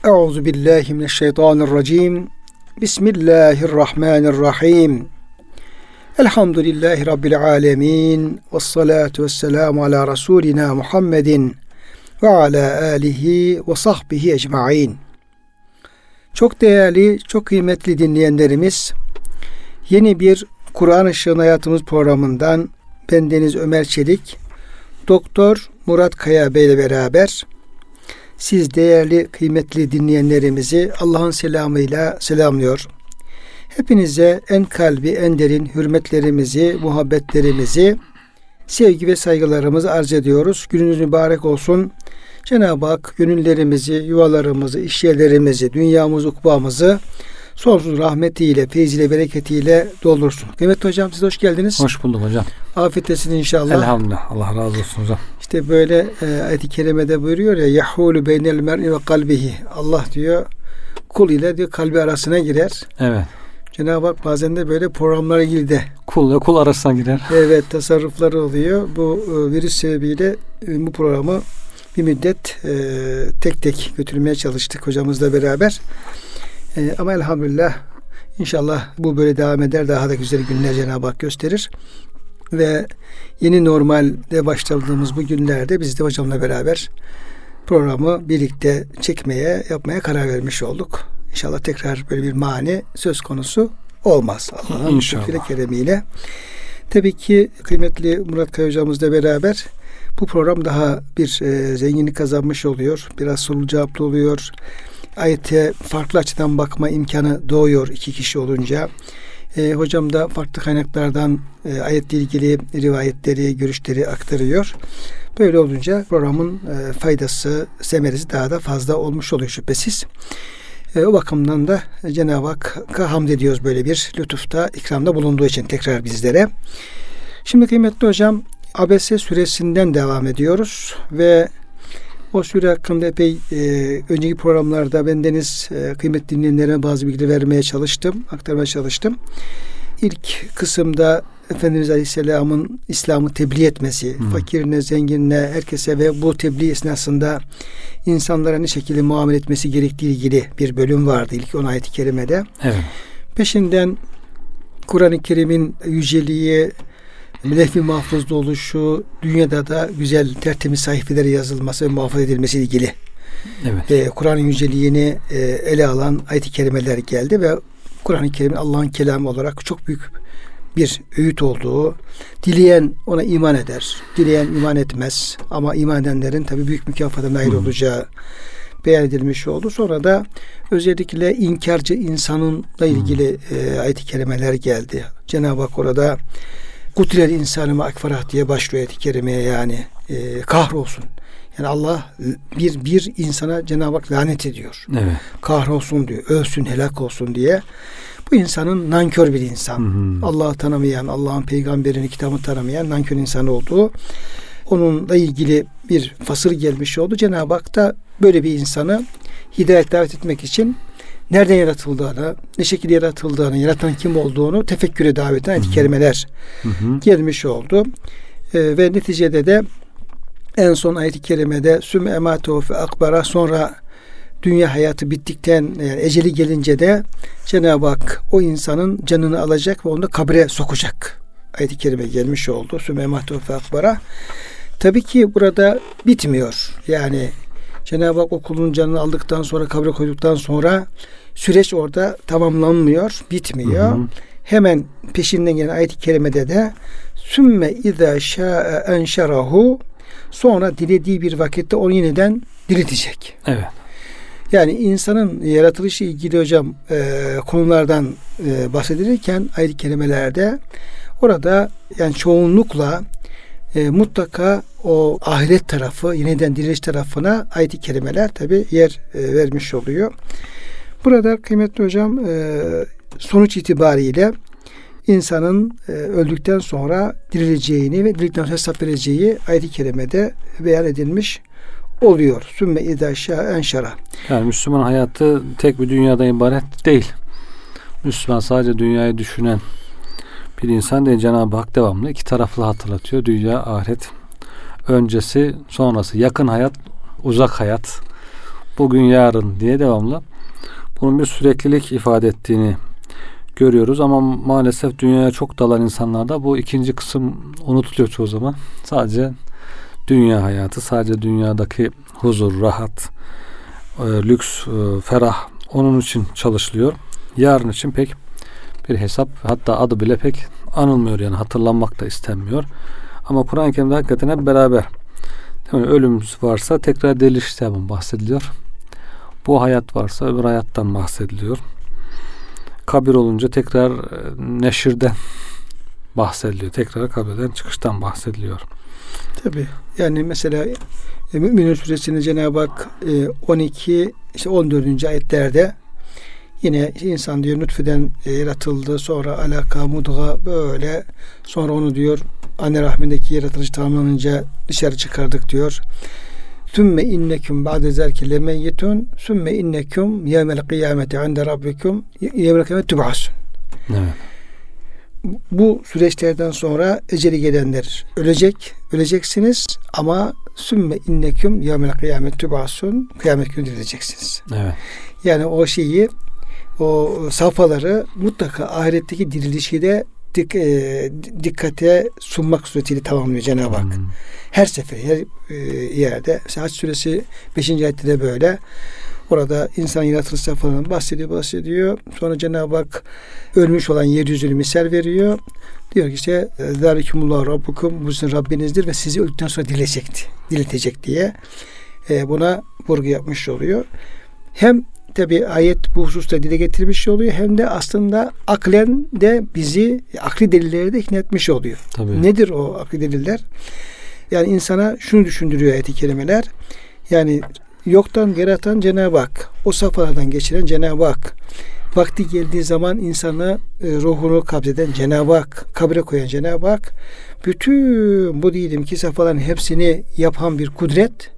Euzu billahi mineşşeytanirracim. Bismillahirrahmanirrahim. Elhamdülillahi rabbil alamin. Ves salatu vesselamu ala rasulina Muhammedin ve ala alihi ve sahbihi ecmaîn. Çok değerli, çok kıymetli dinleyenlerimiz, yeni bir Kur'an Işığın Hayatımız programından bendeniz Ömer Çelik, Doktor Murat Kaya Bey ile beraber siz değerli, kıymetli dinleyenlerimizi Allah'ın selamıyla selamlıyor. Hepinize en kalbi, en derin hürmetlerimizi, muhabbetlerimizi, sevgi ve saygılarımızı arz ediyoruz. Gününüz mübarek olsun. Cenab-ı Hak gönüllerimizi, yuvalarımızı, işyerlerimizi, dünyamızı, ukbamızı sonsuz rahmetiyle, feyziyle, bereketiyle doldursun. Kıymetli hocam, siz hoş geldiniz. Hoş bulduk hocam. Afiyetlesin inşallah. Elhamdülillah. Allah razı olsun hocam. İşte böyle ayet-i kerimede buyuruyor ya, yahulu beynel mer'i ve kalbihi. Allah diyor, kul ile diyor kalbi arasına girer. Evet. Cenab-ı Hak bazen de böyle programlara girdi. Kul ile kul arasına girer. Evet, tasarrufları oluyor. Bu virüs sebebiyle bu programı bir müddet tek tek götürmeye çalıştık hocamızla beraber. Ama elhamdülillah inşallah bu böyle devam eder. Daha da güzel günler Cenab-ı Hak gösterir. Ve yeni normalde başladığımız bu günlerde biz de hocamla beraber programı birlikte yapmaya karar vermiş olduk. İnşallah tekrar böyle bir mani söz konusu olmaz. Allah'ın lütfuyla, keremiyle. Tabii ki kıymetli Murat Kaya hocamızla beraber bu program daha bir zenginlik kazanmış oluyor. Biraz soru cevaplı oluyor. Ayete farklı açıdan bakma imkanı doğuyor iki kişi olunca. Hocam da farklı kaynaklardan ayetle ilgili rivayetleri, görüşleri aktarıyor. Böyle olunca programın faydası, semeresi daha da fazla olmuş oluyor şüphesiz. O bakımdan da Cenab-ı Hakk'a hamd ediyoruz böyle bir lütufta, ikramda bulunduğu için tekrar bizlere. Şimdi kıymetli hocam, Abese suresinden devam ediyoruz ve o sure hakkında epey önceki programlarda bendeniz kıymetli dinleyenlere bazı bilgi vermeye çalıştım, aktarmaya çalıştım. İlk kısımda Efendimiz Aleyhisselam'ın İslam'ı tebliğ etmesi, fakirine, zenginine, herkese ve bu tebliğ esnasında insanlara ne şekilde muamele etmesi gerektiği ilgili bir bölüm vardı ilk 10 ayet-i kerimede. Evet. Peşinden Kur'an-ı Kerim'in yüceliği, levh-i mahfuzda oluşu, dünyada da güzel tertemiz sayfelere yazılması ve muhafaza edilmesi ile ilgili. Evet. Kur'an'ın yüceliğini ele alan ayet-i kerimeler geldi ve Kur'an-ı Kerim'in Allah'ın kelamı olarak çok büyük bir öğüt olduğu, dileyen ona iman eder, dileyen iman etmez ama iman edenlerin tabii büyük mükafata nail olacağı beyan edilmiş oldu. Sonra da özellikle inkarcı insanınla ilgili ayet-i kerimeler geldi. Cenab-ı Hak orada kutilel insanı ma akferah diye başlıyor ayet-i kerimeye, yani kahrolsun. Yani Allah bir insana Cenab-ı Hak lanet ediyor. Evet. Kahrolsun diyor, ölsün, helak olsun diye. Bu insanın nankör bir insan. Allah'ı tanımayan, Allah'ın peygamberini, kitabını tanımayan nankör insan olduğu, onunla ilgili bir fasıl gelmiş oldu. Cenab-ı Hak da böyle bir insanı hidayet davet etmek için nereden yaratıldığını, ne şekilde yaratıldığını, yaratan kim olduğunu tefekküre davet eden ayet-i kerimeler gelmiş oldu. Ve neticede de en son ayet-i kerimede sümme emâtehu fe akbara, sonra dünya hayatı bittikten, yani eceli gelince de Cenab-ı Hak o insanın canını alacak ve onu da kabre sokacak. Ayet-i kerime gelmiş oldu. Sümme emâtehu fe akbara. Tabii ki burada bitmiyor. Yani Cenab-ı Hak o kulun canını aldıktan sonra, kabre koyduktan sonra süreç orada tamamlanmıyor, bitmiyor. Hemen peşinden gelen ayet-i kerimede de sümme izâ şâ'e enşerahu, sonra dilediği bir vakitte onu yeniden diriltecek. Evet. Yani insanın yaratılışı ilgili hocam konulardan bahsedilirken ayet-i kerimelerde orada yani çoğunlukla mutlaka o ahiret tarafı, yeniden diriliş tarafına ayet-i kerimeler tabi yer vermiş oluyor. Burada kıymetli hocam sonuç itibariyle insanın öldükten sonra dirileceğini ve dirildikten sonra hesap vereceği ayet-i kerimede beyan edilmiş oluyor. Sümme idâ şâ enşara. Yani Müslüman hayatı tek bir dünyadan ibaret değil. Müslüman sadece dünyayı düşünen bir insan değil. Cenab-ı Hak devamlı iki taraflı hatırlatıyor. Dünya, ahiret. Öncesi, sonrası. Yakın hayat, uzak hayat. bugün yarın diye devamlı bunun bir süreklilik ifade ettiğini görüyoruz ama maalesef dünyaya çok dalan insanlarda bu ikinci kısım unutuluyor çoğu zaman. Sadece dünya hayatı, sadece dünyadaki huzur, rahat, lüks, ferah onun için çalışılıyor. Yarın için pek bir hesap, hatta adı bile pek anılmıyor, yani hatırlanmak da istenmiyor. Ama Kur'an-ı Kerim'de hakikaten hep beraber. Yani ölüm varsa tekrar dirilişten bahsediliyor. Bu hayat varsa öbür hayattan bahsediliyor. Kabir olunca tekrar neşirden bahsediliyor. Tekrar kabirden çıkıştan bahsediliyor. Tabii. Yani mesela Mü'minun suresinde Cenab-ı Hak 12 14. ayetlerde yine insan diyor nutfeden yaratıldı, sonra alaka, mudga, böyle sonra onu diyor anne rahmindeki yaratılış tamamlanınca dışarı çıkardık diyor. Sümme innekum ba'de zerke lemeyyitun sümme innekum yevmel kıyameti inde rabbikum yevmel kıyameti tüb'asun. Evet. Bu süreçlerden sonra eceli gelenler öleceksiniz ama sümme innekum yevmel kıyameti tüb'asun, kıyamet günü dirileceksiniz. Evet. Yani o safhaları mutlaka ahiretteki dirilişi de dikkate sunmak suretiyle tamamlıyor Cenab-ı Hak. Her sefer, her yerde. Hac suresi 5. ayette de böyle. Orada insan yaratılış safhalarından bahsediyor. Sonra Cenab-ı Hak ölmüş olan yeryüzünü misal veriyor. Diyor ki işte zâlikumullahu rabbukum, bu sizin Rabbinizdir ve sizi öldükten sonra diriltecek diye buna vurgu yapmış oluyor. Hem tabi ayet bu hususta dile getirmiş oluyor, hem de aslında aklen de bizi, akli delilleri de ikna etmiş oluyor. Tabii. Nedir o akli deliller? Yani insana şunu düşündürüyor ayet-i kerimeler. Yani yoktan yaratan Cenab-ı Hak, o safhalardan geçiren Cenab-ı Hak, vakti geldiği zaman insanı, ruhunu kabzeden Cenab-ı Hak, kabre koyan Cenab-ı Hak, bütün bu diyelim ki safhaların hepsini yapan bir kudret,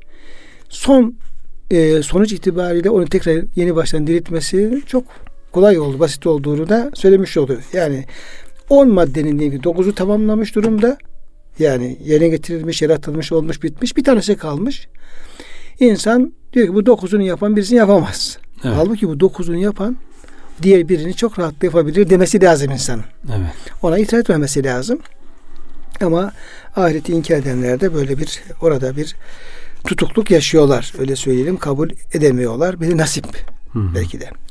sonuç itibariyle onu tekrar yeni baştan diriltmesi çok kolay oldu, basit olduğunu da söylemiş oluyor. Yani 10 maddenin diyelim ki 9'u tamamlamış durumda. Yani yerine getirilmiş, yaratılmış, olmuş, bitmiş. Bir tanesi kalmış. İnsan diyor ki bu 9'unu yapan birisini yapamaz. Evet. Halbuki bu 9'unu yapan diğer birini çok rahatlıkla yapabilir demesi lazım insanın. Evet. Ona itiraz etmemesi lazım. Ama ahireti inkar edenler de böyle orada bir tutukluk yaşıyorlar. Öyle söyleyelim. Kabul edemiyorlar. Bir nasip belki de.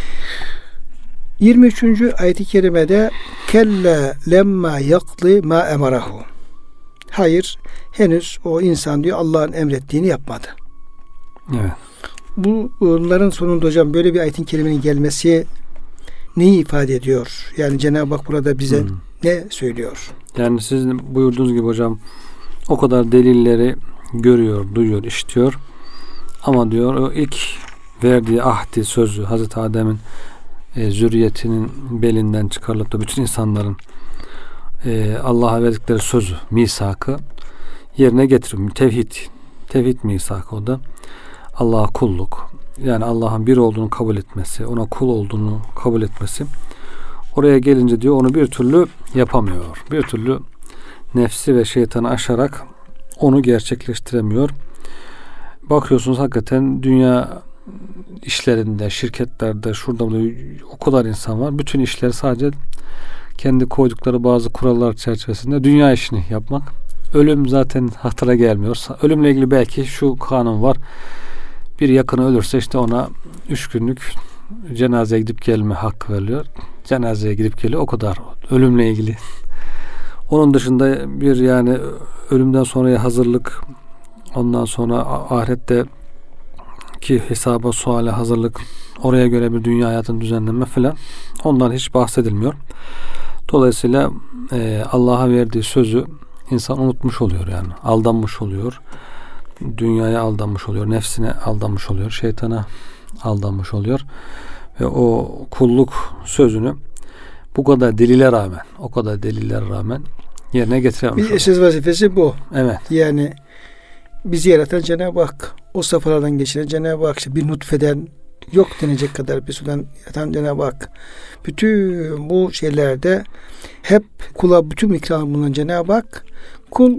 23. ayet-i kerimede kelle lemma yakli ma emarahu. Hayır, henüz o insan diyor Allah'ın emrettiğini yapmadı. Evet. Bunların sonunda hocam böyle bir ayetin kerimenin gelmesi neyi ifade ediyor? Yani Cenab-ı Hak burada bize ne söylüyor? Yani siz buyurduğunuz gibi hocam o kadar delilleri görüyor, duyuyor, işitiyor. Ama diyor o ilk verdiği ahdi, sözü Hazreti Adem'in zürriyetinin belinden çıkarılıp da bütün insanların Allah'a verdikleri sözü, misakı yerine getiriyor. Tevhid misakı o da. Allah'a kulluk. Yani Allah'ın bir olduğunu kabul etmesi, ona kul olduğunu kabul etmesi. Oraya gelince diyor onu bir türlü yapamıyor. Bir türlü nefsi ve şeytanı aşarak onu gerçekleştiremiyor. Bakıyorsunuz hakikaten dünya işlerinde, şirketlerde, şurada burada o kadar insan var. Bütün işleri sadece kendi koydukları bazı kurallar çerçevesinde dünya işini yapmak. Ölüm zaten hatıra gelmiyor. Ölümle ilgili belki şu kanun var. Bir yakını ölürse işte ona 3 günlük cenazeye gidip gelme hakkı veriliyor. Cenazeye gidip geliyor. O kadar. Ölümle ilgili. Onun dışında bir yani ölümden sonraya hazırlık, ondan sonra ahirette ki hesaba, suale hazırlık, oraya göre bir dünya hayatını düzenleme filan, ondan hiç bahsedilmiyor. Dolayısıyla Allah'a verdiği sözü insan unutmuş oluyor, yani aldanmış oluyor. Dünyaya aldanmış oluyor, nefsine aldanmış oluyor, şeytana aldanmış oluyor ve o kulluk sözünü bu kadar delillere rağmen yerine getirememiş. Bir esas vazifesi bu. Evet. Yani bizi yaratan Cenab-ı Hak, o safhalardan geçiren Cenab-ı Hak, işte bir nutfeden yok denecek kadar bir sudan yaratan Cenab-ı Hak. Bütün bu şeylerde hep kula bütün ikramı bulunan Cenab-ı Hak, kul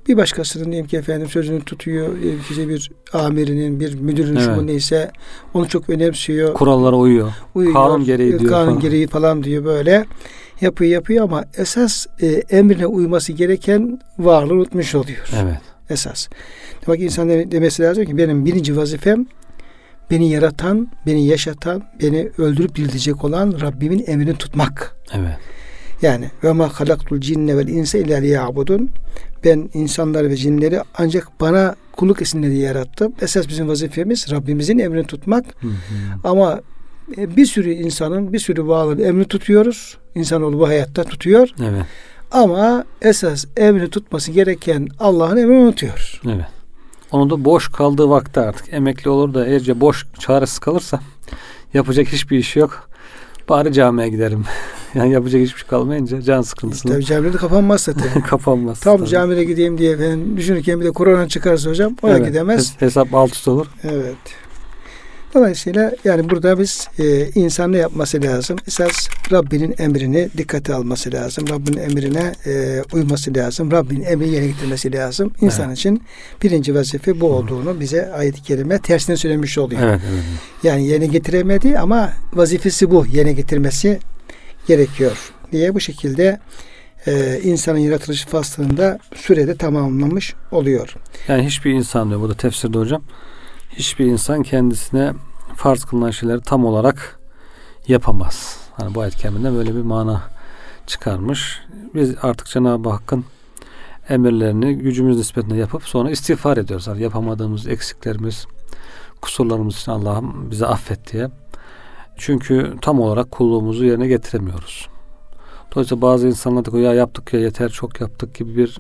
bir başkasının diyelim ki efendim sözünü tutuyor. İşte bir amirinin, bir müdürün şu bu neyse onu çok önemsiyor. Kurallara uyuyor. Kanun gereği diyor. Kanun gereği falan diyor böyle. Yapıyor ama esas emrine uyması gereken varlığı unutmuş oluyor. Evet. Esas. Demek ki insan demesi lazım ki benim birinci vazifem beni yaratan, beni yaşatan, beni öldürüp diriltecek olan Rabbimin emrini tutmak. Evet. Yani ve ma halaktul cinne vel insa illa liya'budun. Ben insanları ve cinleri ancak bana kulluk etsinler diye yarattım. Esas bizim vazifemiz Rabbimizin emrini tutmak. Hı hı. Ama bir sürü insanın, bir sürü varlığın emrini tutuyoruz. İnsanoğlu bu hayatta tutuyor. Evet. Ama esas emrini tutması gereken Allah'ın emrini unutuyor. Evet. Onun da boş kaldığı vakti artık emekli olur da eğer boş çaresiz kalırsa yapacak hiçbir iş yok. Bari camiye giderim. Yani yapacak hiçbir şey kalmayınca can sıkıntısını. Tabii camide kapanmazsa tabii. Kapanmaz. Tam tabii. Camide gideyim diye ben düşünürken bir de korona çıkarsa hocam ona gidemez. Hesap alt üst olur. Evet. Dolayısıyla yani burada biz insan ne yapması lazım? Esas Rabbinin emrini dikkate alması lazım. Rabbinin emrine uyması lazım. Rabbinin emrini yerine getirmesi lazım. İnsan için birinci vazife bu olduğunu bize ayet-i kerime tersine söylemiş oluyor. Evet. Yani yerine getiremedi ama vazifesi bu. Yerine getirmesi gerekiyor diye bu şekilde insanın yaratılış faslında sürede tamamlamış oluyor. Yani hiçbir insan diyor burada tefsirde hocam. Hiçbir insan kendisine farz kılınan şeyleri tam olarak yapamaz. Hani bu ayet-i kerimede böyle bir mana çıkarmış. Biz artık Cenab-ı Hakk'ın emirlerini gücümüz nispetinde yapıp sonra istiğfar ediyoruz. Yani yapamadığımız eksiklerimiz, kusurlarımız için Allah'ım bize affet diye. Çünkü tam olarak kulluğumuzu yerine getiremiyoruz. Dolayısıyla bazı insanlar da ya yaptık ya yeter çok yaptık gibi bir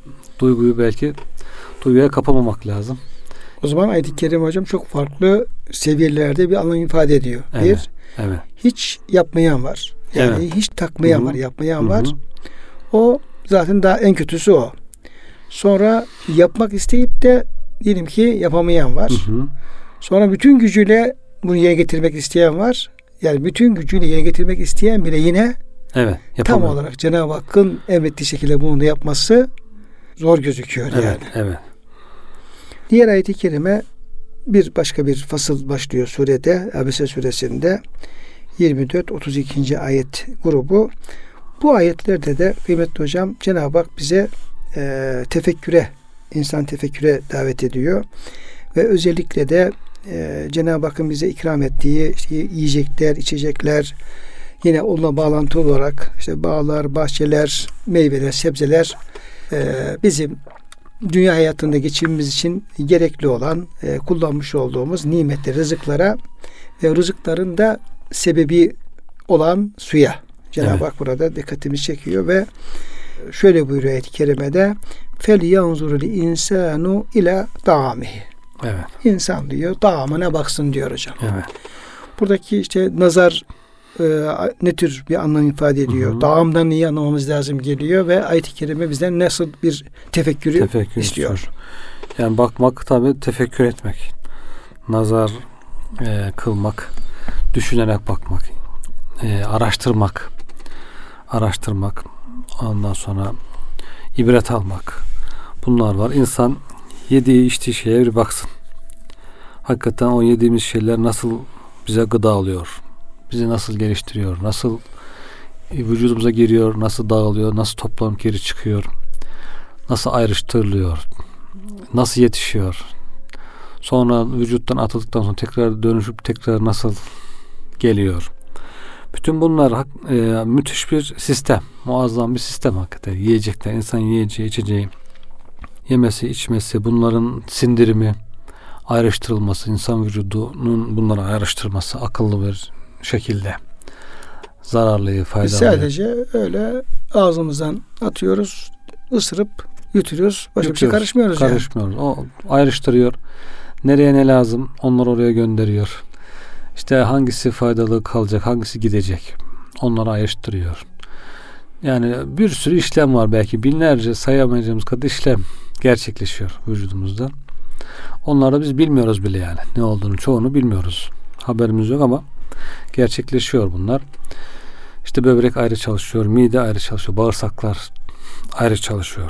duyguya kapamamak lazım. O zaman ayet-i kerime hocam çok farklı seviyelerde bir anlam ifade ediyor. Evet. Hiç yapmayan var. Yani hiç takmayan Hı-hı. var, yapmayan var. O zaten daha en kötüsü o. Sonra yapmak isteyip de diyelim ki yapamayan var. Hı-hı. Sonra bütün gücüyle bunu yerine getirmek isteyen var. Yani bütün gücüyle yerine getirmek isteyen bile yine tam olarak Cenab-ı Hakk'ın emrettiği şekilde bunu da yapması zor gözüküyor yani. Evet. Diğer ayet-i kerime başka bir fasıl başlıyor surede, Abese suresinde 24-32. ayet grubu. Bu ayetlerde de kıymetli hocam Cenab-ı Hak bize insan tefekküre davet ediyor. Ve özellikle de Cenab-ı Hakk'ın bize ikram ettiği yiyecekler, içecekler, yine onunla bağlantılı olarak bağlar, bahçeler, meyveler, sebzeler bizim dünya hayatında geçimimiz için gerekli olan kullanmış olduğumuz nimetli rızıklara ve rızıkların da sebebi olan suya Cenab-ı Hak burada dikkatimizi çekiyor ve şöyle buyuruyor ayet-i kerimede فَلْيَنْظُرُ الْاِنْسَانُ اِلَى طَعَامِهِ İnsan diyor dağımına baksın diyor hocam. Buradaki nazar ne tür bir anlam ifade ediyor? Hı-hı. Dağımdan neyi anlamamız lazım geliyor ve ayet-i kerime bizden nasıl bir tefekkür istiyor? Yani bakmak tabi tefekkür etmek. Nazar kılmak, düşünerek bakmak, araştırmak, ondan sonra ibret almak. Bunlar var. İnsan yediği içtiği şeye bir baksın. Hakikaten o yediğimiz şeyler nasıl bize gıda alıyor? Bizi nasıl geliştiriyor? Nasıl vücudumuza giriyor? Nasıl dağılıyor? Nasıl toplanıp geri çıkıyor? Nasıl ayrıştırılıyor? Nasıl yetişiyor? Sonra vücuttan atıldıktan sonra tekrar dönüşüp tekrar nasıl geliyor? Bütün bunlar müthiş bir sistem. Muazzam bir sistem hakikaten. Yiyecekler, insan yiyeceği, içeceği, yemesi, içmesi, bunların sindirimi, ayrıştırılması, insan vücudunun bunları ayrıştırması akıllı bir şekilde zararlıyı, faydalı. Biz sadece öyle ağzımızdan atıyoruz, ısırıp yutuyoruz. Başka bir şey karışmıyoruz. O ayrıştırıyor. Nereye ne lazım? Onları oraya gönderiyor. İşte hangisi faydalı kalacak, hangisi gidecek? Onları ayrıştırıyor. Yani bir sürü işlem var, belki binlerce sayamayacağımız kadar işlem gerçekleşiyor vücudumuzda. Onları biz bilmiyoruz bile yani. Ne olduğunu çoğunu bilmiyoruz. Haberimiz yok ama gerçekleşiyor bunlar. İşte böbrek ayrı çalışıyor, mide ayrı çalışıyor, bağırsaklar ayrı çalışıyor.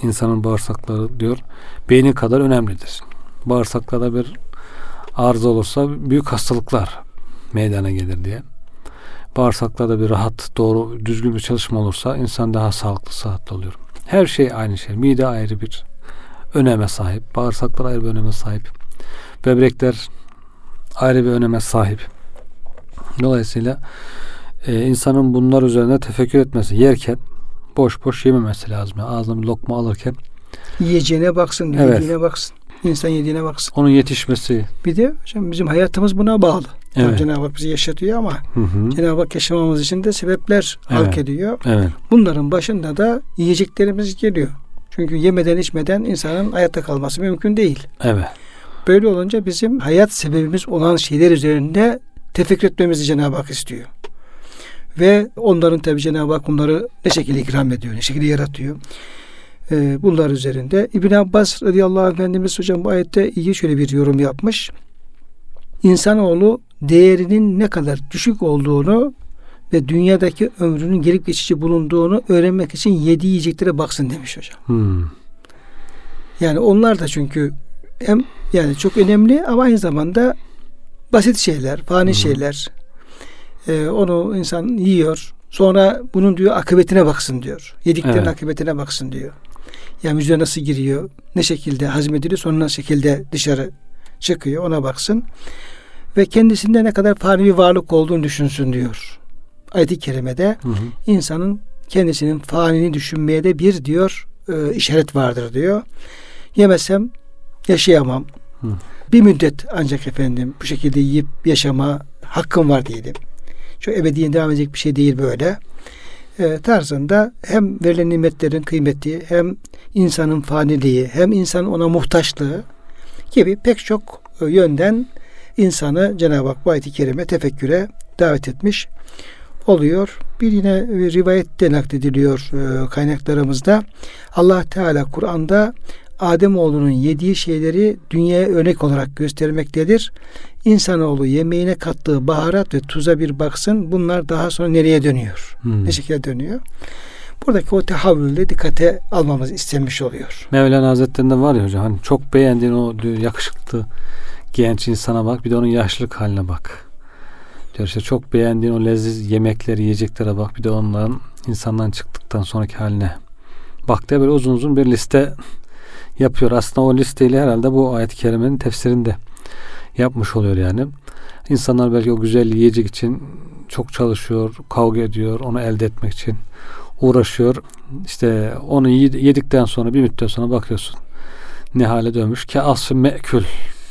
insanın bağırsakları diyor beyni kadar önemlidir. Bağırsaklarda bir arıza olursa büyük hastalıklar meydana gelir diye. Bağırsaklarda bir rahat, doğru, düzgün bir çalışma olursa insan daha sağlıklı, sıhhatli oluyor. Her şey aynı şey. Mide ayrı bir öneme sahip. Bağırsaklar ayrı bir öneme sahip. Böbrekler ayrı bir öneme sahip. Dolayısıyla insanın bunlar üzerine tefekkür etmesi, yerken boş boş yememesi lazım. Yani ağzına bir lokma alırken yiyeceğine baksın, evet, yediğine baksın. İnsan yediğine baksın. Onun yetişmesi. Bir de hocam bizim hayatımız buna bağlı. Evet. Cenab-ı Hak bizi yaşatıyor ama Cenab-ı Hak yaşamamız için de sebepler evet, halk ediyor. Evet. Bunların başında da yiyeceklerimiz geliyor. Çünkü yemeden içmeden insanın hayatta kalması mümkün değil. Evet. Böyle olunca bizim hayat sebebimiz olan şeyler üzerinde tefekkür etmemizi Cenab-ı Hak istiyor. Ve onların tabi Cenab-ı Hak onları ne şekilde ikram ediyor, ne şekilde yaratıyor. Bunlar üzerinde İbn Abbas radıyallahu anh Efendimiz hocam bu ayette iyi şöyle bir yorum yapmış. İnsanoğlu değerinin ne kadar düşük olduğunu ve dünyadaki ömrünün gelip geçici bulunduğunu öğrenmek için yediği yiyeceklere baksın demiş hocam. Yani onlar da çünkü hem yani çok önemli ama aynı zamanda basit şeyler, fani şeyler. Onu insan yiyor. Sonra bunun diyor akıbetine baksın diyor. Yediklerin akıbetine baksın diyor. Yani vücuda nasıl giriyor, ne şekilde hazmediliyor, sonra nasıl şekilde dışarı çıkıyor ona baksın. Ve kendisinde ne kadar fani bir varlık olduğunu düşünsün diyor. Ayet-i kerimede insanın kendisinin fanini düşünmeye de bir diyor işaret vardır diyor. Yemezsem yaşayamam. Bir müddet ancak efendim bu şekilde yiyip yaşama hakkım var diyelim. Çok ebediyen devam edecek bir şey değil böyle. Tarzında hem verilen nimetlerin kıymeti, hem insanın faniliği, hem insanın ona muhtaçlığı gibi pek çok yönden insanı Cenab-ı Hak bu ayet-i kerime tefekküre davet etmiş oluyor. Bir yine bir rivayette naklediliyor kaynaklarımızda. Allah Teala Kur'an'da Ademoğlunun yediği şeyleri dünyaya örnek olarak göstermektedir. İnsanoğlu yemeğine kattığı baharat ve tuza bir baksın. Bunlar daha sonra nereye dönüyor? Ne şekilde dönüyor? Buradaki o tehavvülde dikkate almamız istenmiş oluyor. Mevlana Hazretleri'nde var ya hocam, hani çok beğendiğin o diyor, yakışıklı genç insana bak, bir de onun yaşlılık haline bak. Diyor işte çok beğendiğin o leziz yemekleri, yiyeceklere bak, bir de onların insandan çıktıktan sonraki haline bak diye böyle uzun uzun bir liste yapıyor. Aslında o listeyle herhalde bu ayet-i kerimenin tefsirinde yapmış oluyor yani. İnsanlar belki o güzel yiyecek için çok çalışıyor, kavga ediyor, onu elde etmek için uğraşıyor. İşte onu yedikten sonra bir müddet sonra bakıyorsun ne hale dönmüş ki asfı me'kül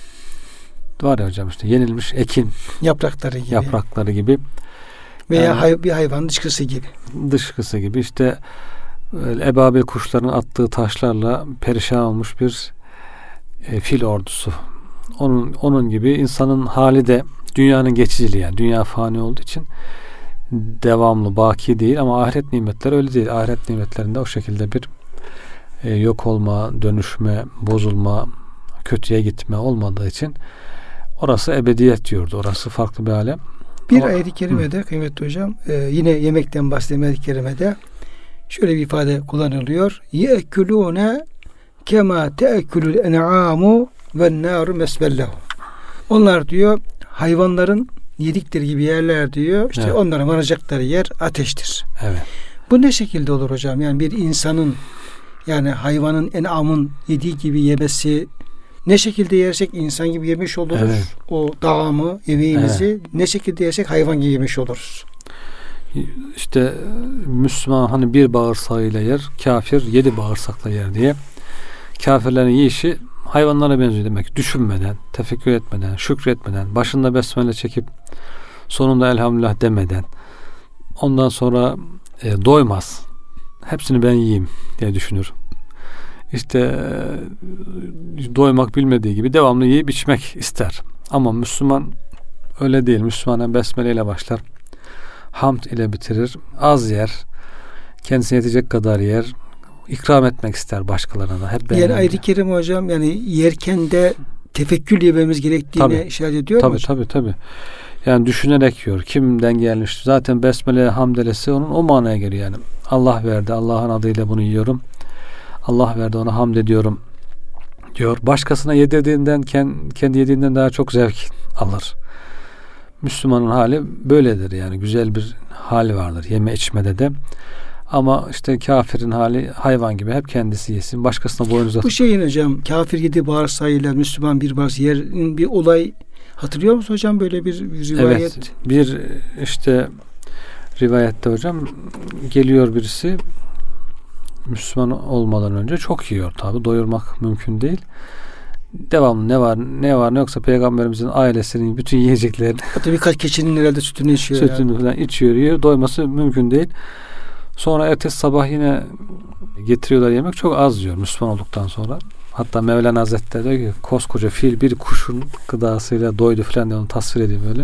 var ya hocam, işte yenilmiş ekin yaprakları gibi veya bir hayvanın dışkısı gibi işte ebabil kuşların attığı taşlarla perişan olmuş bir fil ordusu. Onun gibi insanın hali de dünyanın geçiciliği, yani dünya fani olduğu için devamlı, baki değil, ama ahiret nimetleri öyle değil. Ahiret nimetlerinde o şekilde bir yok olma, dönüşme, bozulma, kötüye gitme olmadığı için orası ebediyet diyordu. Orası farklı bir alem. Bir ayet-i kerimede kıymetli hocam yine yemekten bahseden ayet-i kerimede şöyle bir ifade kullanılıyor. Ye'kulûne kema te'ekulul en'amu ve nâru mesbellehu. Onlar diyor hayvanların yedikleri gibi yerler diyor. İşte evet, onlara varacakları yer ateştir. Evet. Bu ne şekilde olur hocam? Yani bir insanın, yani hayvanın, en'amın yediği gibi yemesi, ne şekilde yersek insan gibi yemiş oluruz. Evet. O dağımı, yemeğimizi ne şekilde yersek hayvan gibi yemiş oluruz. İşte Müslüman hani bir bağırsağıyla yer, kafir 7 bağırsakla yer diye. Kafirlerin yiyişi hayvanlara benziyor demek. Düşünmeden, tefekkür etmeden, şükretmeden, başında besmele çekip sonunda elhamdülillah demeden, ondan sonra doymaz. Hepsini ben yiyeyim diye düşünür. İşte doymak bilmediği gibi devamlı yiyip içmek ister. Ama Müslüman öyle değil. Müslüman besmele ile başlar. Hamd ile bitirir. Az yer. Kendisine yetecek kadar yer. İkram etmek ister başkalarına da. Hep yani ayet-i kerime hocam, yani yerken de tefekkür yememiz gerektiğine işaret ediyor mu? Tabii. Yani düşünerek yiyor. Kimden gelmiş? Zaten besmele, hamdelesi onun o manaya geliyor yani. Allah verdi. Allah'ın adıyla bunu yiyorum. Allah verdi, ona hamd ediyorum diyor. Başkasına yedirdiğinden kendi yediğinden daha çok zevk alır. Müslümanın hali böyledir yani, güzel bir hali vardır yeme içmede de. Ama işte kafirin hali hayvan gibi, hep kendisi yesin, başkasına boyun uzatır. Bu şeyin hocam, kafir yedi bağırsağıyla Müslüman bir bağırsağı yerin bir olay hatırlıyor musun hocam, böyle bir rivayet? Evet, bir işte rivayette hocam geliyor birisi, Müslüman olmadan önce çok yiyor, tabi doyurmak mümkün değil. Devamlı ne var ne yoksa Peygamberimizin ailesinin bütün yiyeceklerini, hatta birkaç keçinin herhalde sütünü içiyor. Sütünü falan içiyor, yiyor. Doyması mümkün değil. Sonra ertesi sabah yine getiriyorlar yemek. Çok az yiyor Müslüman olduktan sonra. Hatta Mevlana Hazretleri diyor ki koskoca fil bir kuşun gıdasıyla doydu falan diye, onu tasvir ediyor böyle.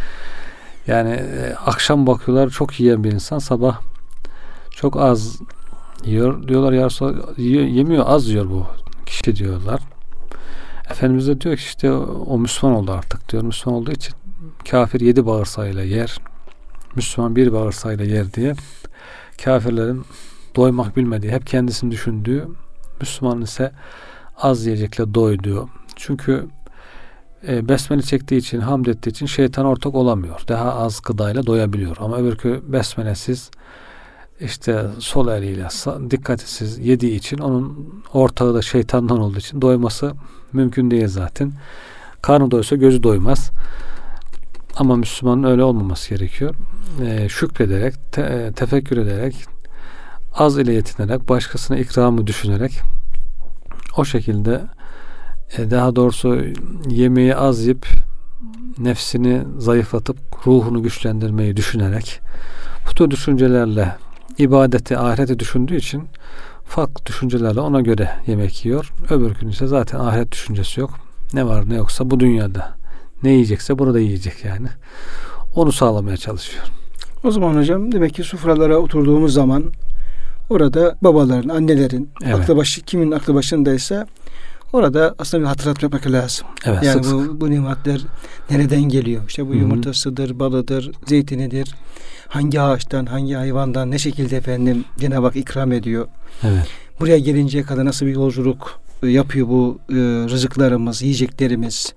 Yani akşam bakıyorlar çok yiyen bir insan, sabah çok az yiyor. Diyorlar ya Resulallah, yemiyor, az yiyor bu kişi diyorlar. Efendimiz de diyor ki işte o Müslüman oldu artık diyor. Müslüman olduğu için kafir 7 bağırsağıyla yer, Müslüman 1 bağırsağıyla yer diye, kafirlerin doymak bilmediği, hep kendisini düşündüğü, Müslüman ise az yiyecekle doyduğu. Çünkü besmele çektiği için, hamd ettiği için şeytana ortak olamıyor. Daha az gıdayla doyabiliyor. Ama öbürkü besmelesiz, işte sol eliyle dikkatsiz yediği için, onun ortağı da şeytandan olduğu için doyması mümkün değil zaten. Karnı doysa gözü doymaz. Ama Müslümanın öyle olmaması gerekiyor. Şükrederek, tefekkür ederek, az ile yetinerek, başkasına ikramı düşünerek, o şekilde daha doğrusu yemeği az yiyip nefsini zayıflatıp ruhunu güçlendirmeyi düşünerek, bu tür düşüncelerle ibadeti, ahireti düşündüğü için farklı düşüncelerle ona göre yemek yiyor. Öbür gün ise zaten ahiret düşüncesi yok. Ne var ne yoksa bu dünyada ne yiyecekse burada yiyecek yani. Onu sağlamaya çalışıyor. O zaman hocam demek ki sofralara oturduğumuz zaman orada babaların, annelerin, evet, aklı başı, kimin aklı başındaysa orada aslında bir hatırlatma yapmak lazım. Evet, yani sık sık. bu nimetler nereden geliyor? İşte bu yumurtasıdır, balıdır, zeytinidir. Hangi ağaçtan, hangi hayvandan, ne şekilde efendim Cenab-ı Hak ikram ediyor. Evet. Buraya gelinceye kadar nasıl bir yolculuk yapıyor bu rızıklarımız, yiyeceklerimiz.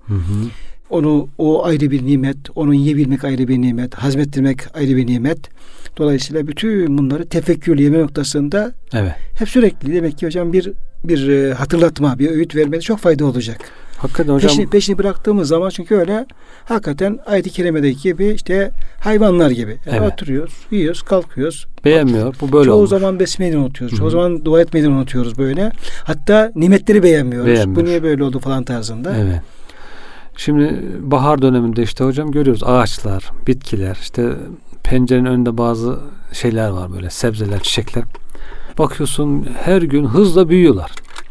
O ayrı bir nimet, onu yiyebilmek ayrı bir nimet, hazmettirmek ayrı bir nimet. Dolayısıyla bütün bunları tefekkürle yeme noktasında evet, hep sürekli demek ki hocam bir hatırlatma, bir öğüt vermesi çok fayda olacak. Hakikaten hocam. Peşini bıraktığımız zaman, çünkü öyle hakikaten ayet-i kerimedeki gibi işte hayvanlar gibi. Yani evet, oturuyoruz, yiyoruz, kalkıyoruz. Beğenmiyor. Bu böyle çoğu olmuş. zaman besmeleyi unutuyoruz. Çoğu zaman dua etmeyi unutuyoruz böyle. Hatta nimetleri beğenmiyoruz. Bu niye böyle oldu falan tarzında. Evet. Şimdi bahar döneminde işte hocam görüyoruz ağaçlar, bitkiler, işte pencerenin önünde bazı şeyler var, böyle sebzeler, çiçekler. Bakıyorsun her gün hızla büyüyorlar.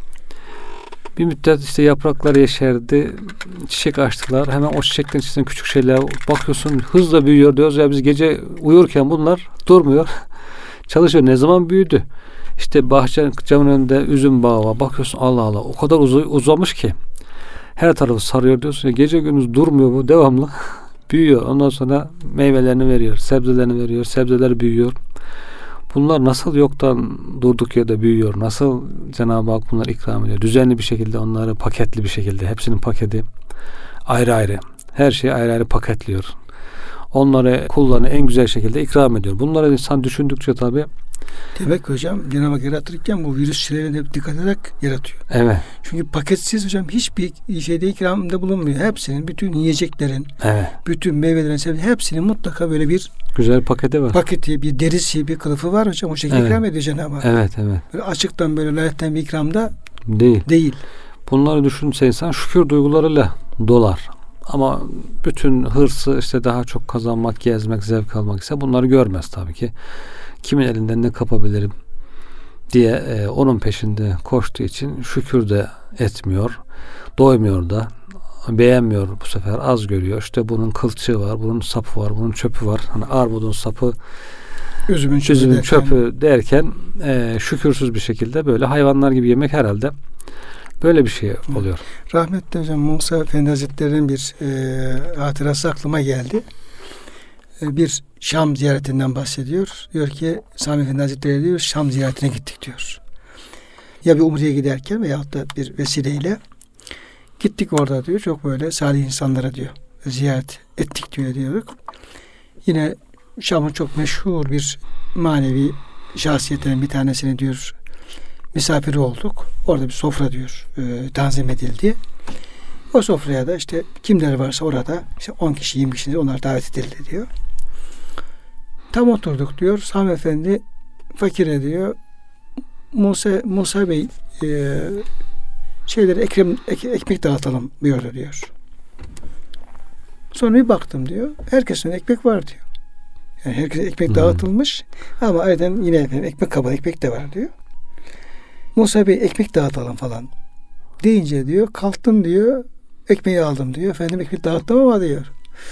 Bir müddet işte yapraklar yeşerdi, çiçek açtılar. Hemen o çiçeklerin içinden küçük şeyler bakıyorsun hızla büyüyor, diyoruz ya biz gece uyurken bunlar durmuyor. Çalışıyor. Ne zaman büyüdü? İşte bahçenin camın önünde üzüm bağı var. Bakıyorsun Allah Allah o kadar uzamış ki her tarafı sarıyor diyorsun ya, gece gündüz durmuyor bu, devamlı büyüyor. Ondan sonra meyvelerini veriyor, sebzelerini veriyor, sebzeler büyüyor. Bunlar nasıl yoktan durduk yerde büyüyor? Nasıl Cenab-ı Hak bunları ikram ediyor? Düzenli bir şekilde, onları paketli bir şekilde, hepsinin paketi ayrı ayrı. Her şeyi ayrı ayrı paketliyor. Onları kullarına en güzel şekilde ikram ediyor. Bunları insan düşündükçe tabii. Demek ki hocam Cenab-ı Hak yaratırken bu virüs şeylerine hep dikkat ederek yaratıyor. Evet. Çünkü paketsiz hocam hiçbir şeyde ikramda bulunmuyor. Hepsinin, bütün yiyeceklerin, evet, bütün meyvelerin, sebzelerin hepsinin mutlaka böyle bir güzel paketi var. Paketi, bir derisi, bir kılıfı var hocam. O şekilde ikram ediyor Cenab-ı Hak. Evet, evet. Böyle açıktan böyle layetten bir ikramda değil. Bunları düşünse insan şükür duygularıyla dolar. Ama bütün hırsı işte daha çok kazanmak, gezmek, zevk almak ise bunları görmez tabii ki. Kimin elinden ne kapabilirim diye onun peşinde koştuğu için şükür de etmiyor, doymuyor da, beğenmiyor, bu sefer az görüyor. İşte bunun kılçığı var, bunun sapı var, bunun çöpü var. Hani armudun sapı, üzümün çöpü derken şükürsüz bir şekilde böyle hayvanlar gibi yemek herhalde böyle bir şey oluyor. Rahmetli hocam Musa Efendi Hazretleri'nin bir hatırası aklıma geldi. Bir Şam ziyaretinden bahsediyor. Diyor ki Sami Efendi Hazretleri diyor Şam ziyaretine gittik diyor. Ya bir umreye giderken veyahut da bir vesileyle gittik orada diyor. Çok böyle salih insanlara diyor ziyaret ettik diyorduk. Yine Şam'ın çok meşhur bir manevi şahsiyetlerin bir tanesini diyor misafiri olduk. Orada bir sofra diyor tanzim edildi. O sofraya da işte kimler varsa orada işte 10 kişi 20 kişi onlar davet edildi diyor. Tam oturduk diyor. Sami Efendi fakire diyor Musa Bey ekmek dağıtalım buyurdu diyor. Sonra bir baktım diyor. Herkesin ekmek var diyor. Yani herkese ekmek dağıtılmış ama aynen yine ekmek kabı ekmek de var diyor. Musa Bey ekmek dağıtalım falan deyince diyor kalktım diyor ekmeği aldım diyor. Efendim ekmek dağıttım ama diyor.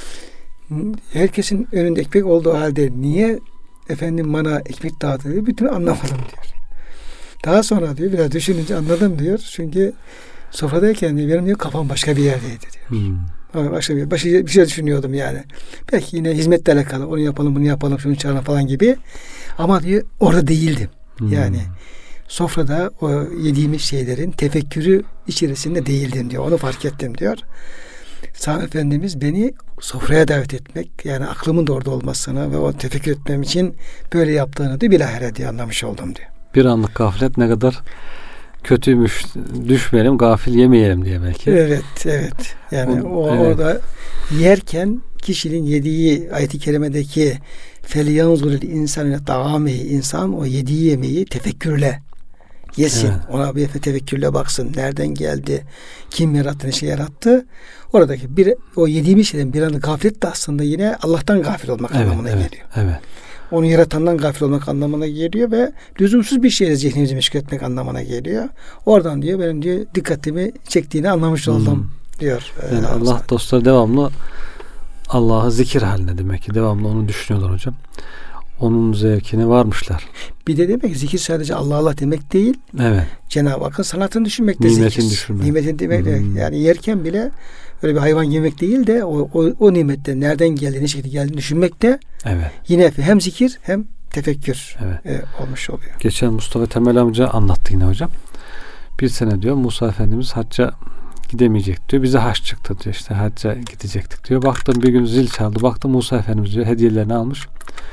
Herkesin önünde ekmek olduğu halde niye efendim bana ekmek dağıtıyor bir türlü anlamadım diyor. Daha sonra diyor biraz düşününce anladım diyor. Çünkü sofradayken diyor benim diyor kafam başka bir yerdeydi diyor. Başka bir şey düşünüyordum yani. Belki yine hizmetle alakalı onu yapalım bunu yapalım şunu çağıralım falan gibi. Ama diyor orada değildim. Yani sofrada o yediğimiz şeylerin tefekkürü içerisinde değildim diyor. Onu fark ettim diyor. Sami Efendimiz beni sofraya davet etmek yani aklımın da orada olmasını ve o tefekkür etmem için böyle yaptığını da bilahare diye anlamış oldum diyor. Bir anlık gaflet ne kadar kötüymüş, düşmeyelim, gafil yemeyelim diye belki. Evet. Yani orada yerken kişinin yediği ayet-i kerimedeki فَلْيَنْظُرِ الْاِنْسَانِ طَعَامِهِ insan o yediği yemeği tefekkürle yesin. Evet. Ona bir tefekkürle baksın. Nereden geldi? Kim yarattı? Ne şey yarattı? Oradaki o yediğimiz şeyden bir anlık gaflet de aslında yine Allah'tan gafil olmak anlamına geliyor. Evet. Onu yaratandan gafil olmak anlamına geliyor ve lüzumsuz bir şeyle zihnimizi meşgul etmek anlamına geliyor. Oradan diyor benim diyor dikkatimi çektiğini anlamış oldum diyor. Yani Allah dostları devamlı Allah'ı zikir haline demek ki devamlı onu düşünüyorlar hocam. Onun zevkine varmışlar. Bir de demek zikir sadece Allah demek değil. Evet. Cenab-ı Hakk'ın sanatını düşünmek de zikir. Nimetini demek de. Yani yerken bile öyle bir hayvan yemek değil de o nimetten nereden geldiğini, ne şekilde geldiğini düşünmek de yine hem zikir hem tefekkür olmuş oluyor. Geçen Mustafa Temel amca anlattı yine hocam. Bir sene diyor Musa Efendimiz hacca gidemeyecek diyor. Bize haç çıktı diyor. İşte hacca gidecektik diyor. Baktım bir gün zil çaldı. Baktım Musa Efendimiz diyor hediyelerini almış.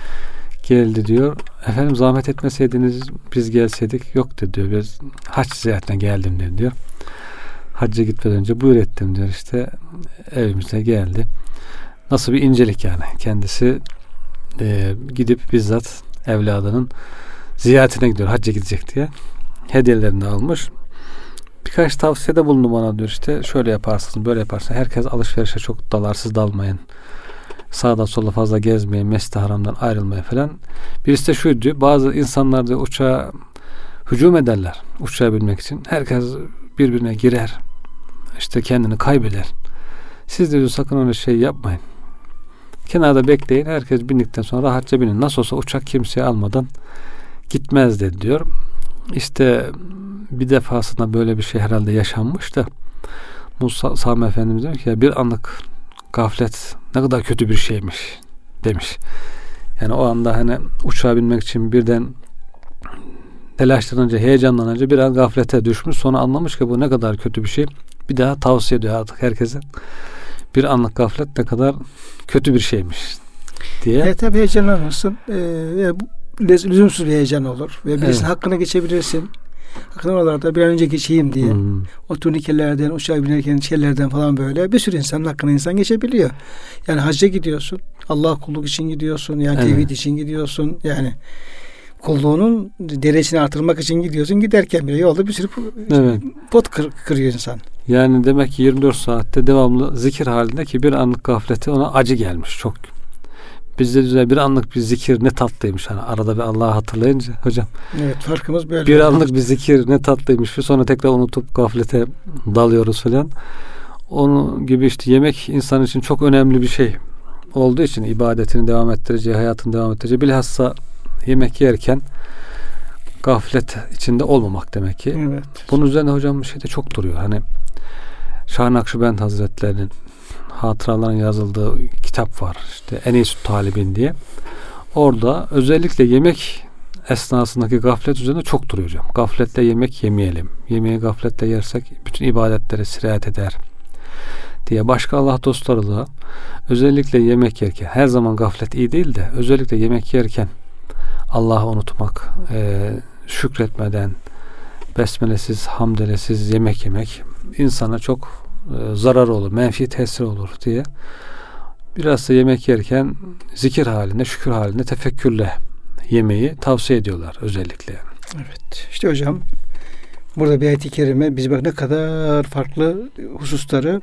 Geldi diyor. Efendim zahmet etmeseydiniz biz gelseydik. Yok dedi diyor. Biz hac ziyaretine geldim dedi diyor. Hacca gitmeden önce buyur ettim diyor. İşte evimize geldi. Nasıl bir incelik yani. Kendisi gidip bizzat evladının ziyaretine gidiyor. Hacca gidecek diye. Hediyelerini almış. Birkaç tavsiyede bulundu bana diyor işte. Şöyle yaparsınız, böyle yaparsınız. Herkes alışverişe çok dalarsız dalmayın. Sağda solda fazla gezmeyin. Mescid-i Haram'dan ayrılmayın falan. Birisi de şu diyor. Bazı insanlar diyor uçağa hücum ederler. Uçağa binmek için. Herkes birbirine girer. İşte kendini kaybeder. Siz de diyor sakın öyle şey yapmayın. Kenarda bekleyin. Herkes bindikten sonra rahatça binin. Nasıl olsa uçak kimseyi almadan gitmez dedi diyor. İşte bir defasında böyle bir şey herhalde yaşanmış da Musa Sami Efendimiz diyor ki ya bir anlık gaflet ne kadar kötü bir şeymiş demiş. Yani o anda hani uçağa binmek için birden telaşlanınca, heyecanlanınca bir an gaflete düşmüş. Sonra anlamış ki bu ne kadar kötü bir şey. Bir daha tavsiye ediyor artık herkese. Bir anlık gaflet ne kadar kötü bir şeymiş diye. Tabii heyecanlanırsın. Lüzumsuz bir heyecan olur. Ve birisinin hakkına geçebilirsin. Hakkında oralarda bir an önce geçeyim diye. O turnikelerden, uçağa binerken şeylerden falan böyle bir sürü insanın hakkına insan geçebiliyor. Yani hacca gidiyorsun. Allah kulluk için gidiyorsun. Yani tevhid için gidiyorsun. Yani kulluğunun derecesini artırmak için gidiyorsun. Giderken bile yolda bir sürü pot kırıyor insan. Yani demek ki 24 saatte devamlı zikir halinde ki bir anlık gafleti ona acı gelmiş. Çok. Bizde güzel bir anlık bir zikir ne tatlıymış. Hani arada bir Allah'ı hatırlayınca hocam. Evet farkımız böyle. Bir anlık bir zikir ne tatlıymış. Sonra tekrar unutup gaflete dalıyoruz falan. Onun gibi işte yemek insan için çok önemli bir şey olduğu için ibadetini devam ettireceği, hayatını devam ettireceği. Bilhassa yemek yerken gaflet içinde olmamak demek ki. Evet. Bunun üzerine hocam bir şey de çok duruyor. Hani Şah Nakşibend Hazretleri'nin hatıraların yazıldığı kitap var. İşte En-i Talibin diye. Orada özellikle yemek esnasındaki gaflet üzerine çok duruyor hocam. Gafletle yemek yemeyelim. Yemeği gafletle yersek bütün ibadetlere sirayet eder diye başka Allah dostları da özellikle yemek yerken, her zaman gaflet iyi değil de özellikle yemek yerken Allah'ı unutmak, şükretmeden besmelesiz, hamdelesiz yemek yemek insana çok zararı olur, menfi tesir olur diye biraz da yemek yerken zikir halinde, şükür halinde, tefekkürle yemeği tavsiye ediyorlar özellikle. Evet. İşte hocam burada bir ayet-i kerime biz bak ne kadar farklı hususları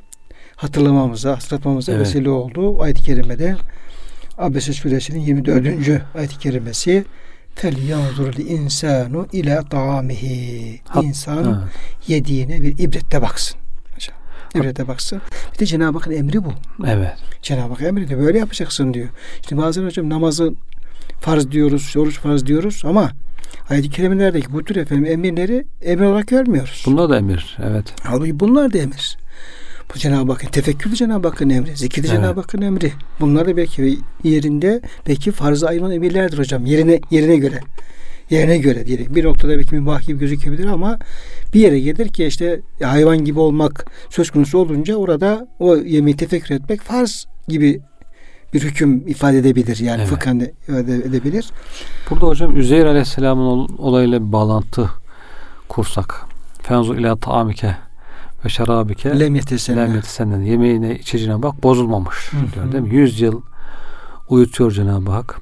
hatırlatmamıza vesile oldu. O ayet-i kerimede Abese suresinin 24. ayet-i kerimesi فَلْيَنْظُرُ الْاِنْسَانُ اِلَى طَعَامِهِ İnsan yediğine bir ibrette baksın. İbrette baksın. Bir de Cenab-ı Hakk'ın emri bu. Evet. Cenab-ı Hak emri de böyle yapacaksın diyor. İşte bazen hocam namazı farz diyoruz, oruç farz diyoruz ama ayet-i kerimelerdeki bu tür emirleri emir olarak görmüyoruz. Bunlar da emir. Evet. Halbuki bunlar da emir. Bu Cenab-ı Hakk'ın tefekkür de Cenab-ı Hakk'ın emri. Zikir de Cenab-ı Hakk'ın emri. Bunlar da belki yerinde farz-ı ayman emirlerdir hocam. Yerine göre. Yerine göre diyelim. Bir noktada belki mübah gibi gözükebilir ama bir yere gelir ki işte hayvan gibi olmak söz konusu olunca orada o yemeği tefekkür etmek farz gibi bir hüküm ifade edebilir. Yani fıkhen de edebilir. Burada hocam Üzeyr Aleyhisselam'ın olayıyla bir bağlantı kursak. Fenzur ila ta'amike ve şarabike lem yetesenen. Yemeğine, içeceğine bak, bozulmamış diyor değil mi? 100 yıl uyutuyor Cenab-ı Hak.